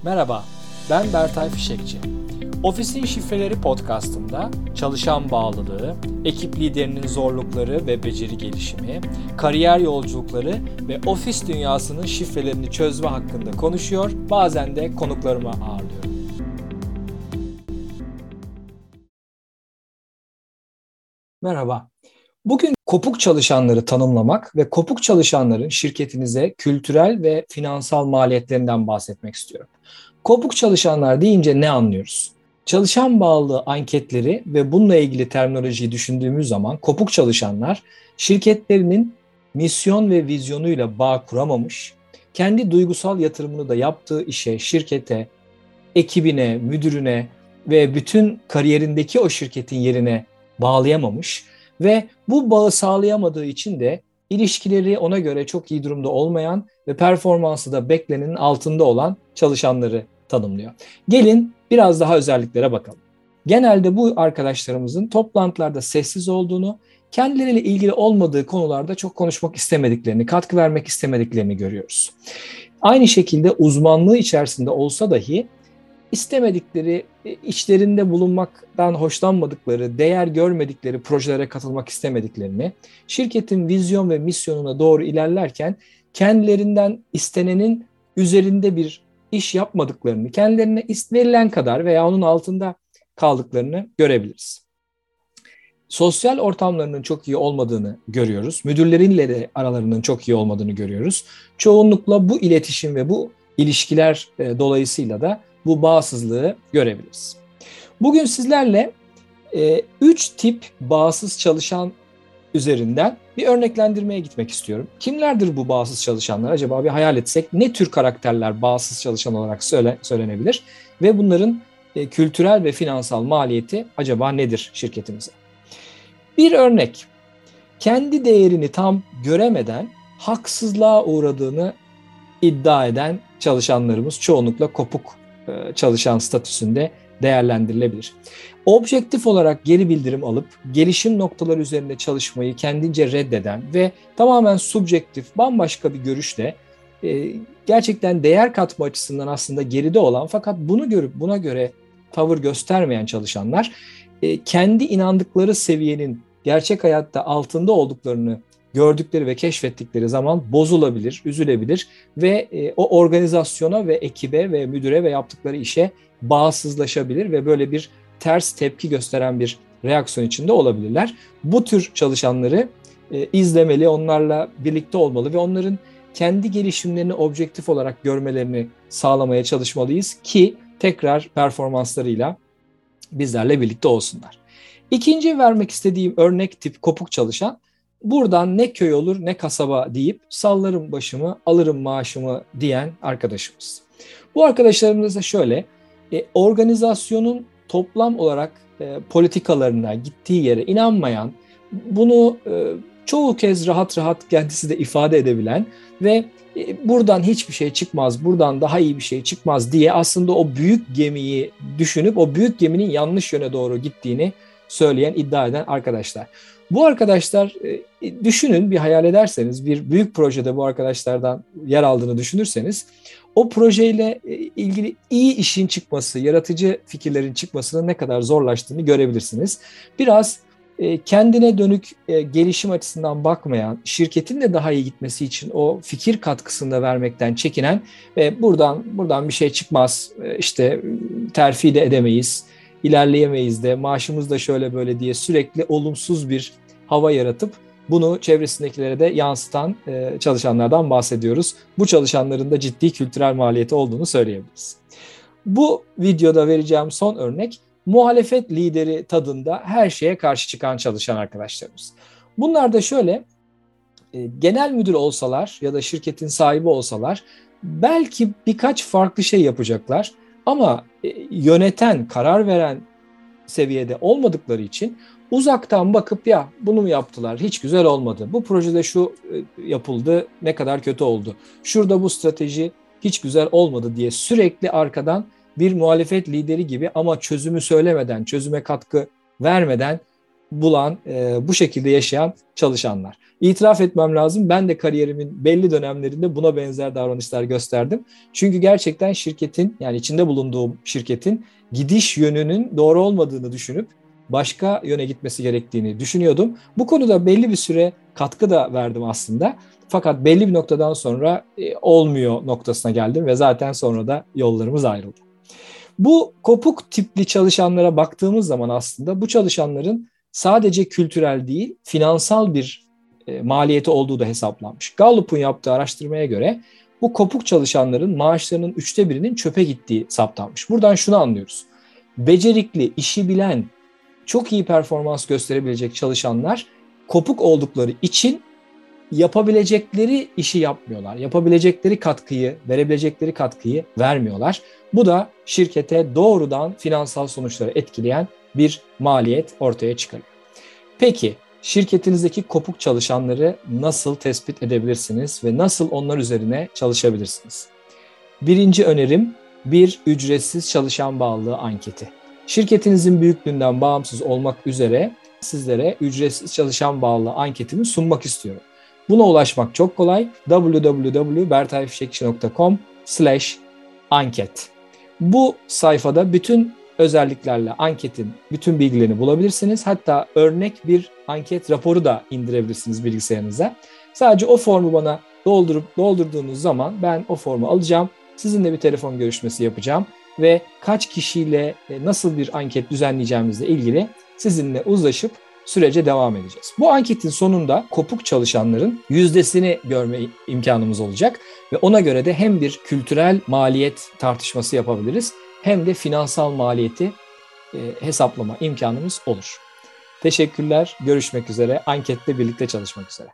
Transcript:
Merhaba, ben Bertay Fişekçi. Ofisin Şifreleri podcastında çalışan bağlılığı, ekip liderinin zorlukları ve beceri gelişimi, kariyer yolculukları ve ofis dünyasının şifrelerini çözme hakkında konuşuyor, bazen de konuklarımı ağırlıyorum. Merhaba. Bugün kopuk çalışanları tanımlamak ve kopuk çalışanların şirketinize kültürel ve finansal maliyetlerinden bahsetmek istiyorum. Kopuk çalışanlar deyince ne anlıyoruz? Çalışan bağlılığı anketleri ve bununla ilgili terminolojiyi düşündüğümüz zaman kopuk çalışanlar şirketlerinin misyon ve vizyonuyla bağ kuramamış, kendi duygusal yatırımını da yaptığı işe, şirkete, ekibine, müdürüne ve bütün kariyerindeki o şirketin yerine bağlayamamış ve bu bağı sağlayamadığı için de ilişkileri ona göre çok iyi durumda olmayan ve performansı da beklenenin altında olan çalışanları tanımlıyor. Gelin biraz daha özelliklere bakalım. Genelde bu arkadaşlarımızın toplantılarda sessiz olduğunu, kendileriyle ilgili olmadığı konularda çok konuşmak istemediklerini, katkı vermek istemediklerini görüyoruz. Aynı şekilde uzmanlığı içerisinde olsa dahi istemedikleri, içlerinde bulunmaktan hoşlanmadıkları, değer görmedikleri projelere katılmak istemediklerini, şirketin vizyon ve misyonuna doğru ilerlerken kendilerinden istenenin üzerinde bir iş yapmadıklarını, kendilerine verilen kadar veya onun altında kaldıklarını görebiliriz. Sosyal ortamlarının çok iyi olmadığını görüyoruz. Müdürleriyle de aralarının çok iyi olmadığını görüyoruz. Çoğunlukla bu iletişim ve bu ilişkiler dolayısıyla da bu bağımsızlığı görebiliriz. Bugün sizlerle 3 tip bağımsız çalışan üzerinden bir örneklendirmeye gitmek istiyorum. Kimlerdir bu bağımsız çalışanlar? Acaba bir hayal etsek ne tür karakterler bağımsız çalışan olarak söylenebilir? Ve bunların kültürel ve finansal maliyeti acaba nedir şirketimize? Bir örnek, kendi değerini tam göremeden haksızlığa uğradığını iddia eden çalışanlarımız çoğunlukla kopuk çalışan statüsünde değerlendirilebilir. Objektif olarak geri bildirim alıp gelişim noktaları üzerinde çalışmayı kendince reddeden ve tamamen subjektif, bambaşka bir görüşle gerçekten değer katma açısından aslında geride olan fakat bunu görüp buna göre tavır göstermeyen çalışanlar kendi inandıkları seviyenin gerçek hayatta altında olduklarını gördükleri ve keşfettikleri zaman bozulabilir, üzülebilir ve o organizasyona ve ekibe ve müdüre ve yaptıkları işe bağımsızlaşabilir ve böyle bir ters tepki gösteren bir reaksiyon içinde olabilirler. Bu tür çalışanları izlemeli, onlarla birlikte olmalı ve onların kendi gelişimlerini objektif olarak görmelerini sağlamaya çalışmalıyız ki tekrar performanslarıyla bizlerle birlikte olsunlar. İkinci vermek istediğim örnek tip kopuk çalışan, buradan ne köy olur ne kasaba deyip sallarım başımı alırım maaşımı diyen arkadaşımız. Bu arkadaşlarımız da şöyle, organizasyonun toplam olarak politikalarına, gittiği yere inanmayan, bunu çoğu kez rahat rahat kendisi de ifade edebilen ve buradan hiçbir şey çıkmaz, buradan daha iyi bir şey çıkmaz diye aslında o büyük gemiyi düşünüp o büyük geminin yanlış yöne doğru gittiğini söyleyen, iddia eden arkadaşlar. Bu arkadaşlar düşünün, bir hayal ederseniz, bir büyük projede bu arkadaşlardan yer aldığını düşünürseniz o projeyle ilgili iyi işin çıkması, yaratıcı fikirlerin çıkmasının ne kadar zorlaştığını görebilirsiniz. Biraz kendine dönük gelişim açısından bakmayan, şirketin de daha iyi gitmesi için o fikir katkısını da vermekten çekinen ve buradan bir şey çıkmaz, işte terfi de edemeyiz, ilerleyemeyiz de, maaşımız da şöyle böyle diye sürekli olumsuz bir hava yaratıp bunu çevresindekilere de yansıtan çalışanlardan bahsediyoruz. Bu çalışanların da ciddi kültürel maliyeti olduğunu söyleyebiliriz. Bu videoda vereceğim son örnek, muhalefet lideri tadında her şeye karşı çıkan çalışan arkadaşlarımız. Bunlar da şöyle, genel müdür olsalar ya da şirketin sahibi olsalar belki birkaç farklı şey yapacaklar ama yöneten, karar veren seviyede olmadıkları için uzaktan bakıp ya bunu mu yaptılar, hiç güzel olmadı, bu projede şu yapıldı, ne kadar kötü oldu, şurada bu strateji hiç güzel olmadı diye sürekli arkadan bir muhalefet lideri gibi ama çözümü söylemeden, çözüme katkı vermeden bulan, bu şekilde yaşayan çalışanlar. İtiraf etmem lazım, ben de kariyerimin belli dönemlerinde buna benzer davranışlar gösterdim. Çünkü gerçekten şirketin, yani içinde bulunduğum şirketin gidiş yönünün doğru olmadığını düşünüp başka yöne gitmesi gerektiğini düşünüyordum. Bu konuda belli bir süre katkı da verdim aslında. Fakat belli bir noktadan sonra olmuyor noktasına geldim ve zaten sonra da yollarımız ayrıldı. Bu kopuk tipli çalışanlara baktığımız zaman aslında bu çalışanların sadece kültürel değil, finansal bir maliyeti olduğu da hesaplanmış. Gallup'un yaptığı araştırmaya göre bu kopuk çalışanların maaşlarının 1/3'ünün çöpe gittiği saptanmış. Buradan şunu anlıyoruz. Becerikli, işi bilen, çok iyi performans gösterebilecek çalışanlar kopuk oldukları için yapabilecekleri işi yapmıyorlar. Yapabilecekleri katkıyı, verebilecekleri katkıyı vermiyorlar. Bu da şirkete doğrudan finansal sonuçları etkileyen bir maliyet ortaya çıkarıyor. Peki şirketinizdeki kopuk çalışanları nasıl tespit edebilirsiniz ve nasıl onlar üzerine çalışabilirsiniz? Birinci önerim bir ücretsiz çalışan bağlılığı anketi. Şirketinizin büyüklüğünden bağımsız olmak üzere sizlere ücretsiz çalışan bağlılığı anketimi sunmak istiyorum. Buna ulaşmak çok kolay. www.bertayfişekçi.com/anket. Bu sayfada bütün özelliklerle anketin bütün bilgilerini bulabilirsiniz. Hatta örnek bir anket raporu da indirebilirsiniz bilgisayarınıza. Sadece o formu bana doldurduğunuz zaman ben o formu alacağım. Sizinle bir telefon görüşmesi yapacağım ve kaç kişiyle nasıl bir anket düzenleyeceğimizle ilgili sizinle uzlaşıp sürece devam edeceğiz. Bu anketin sonunda kopuk çalışanların yüzdesini görme imkanımız olacak ve ona göre de hem bir kültürel maliyet tartışması yapabiliriz hem de finansal maliyeti hesaplama imkanımız olur. Teşekkürler, görüşmek üzere, ankette birlikte çalışmak üzere.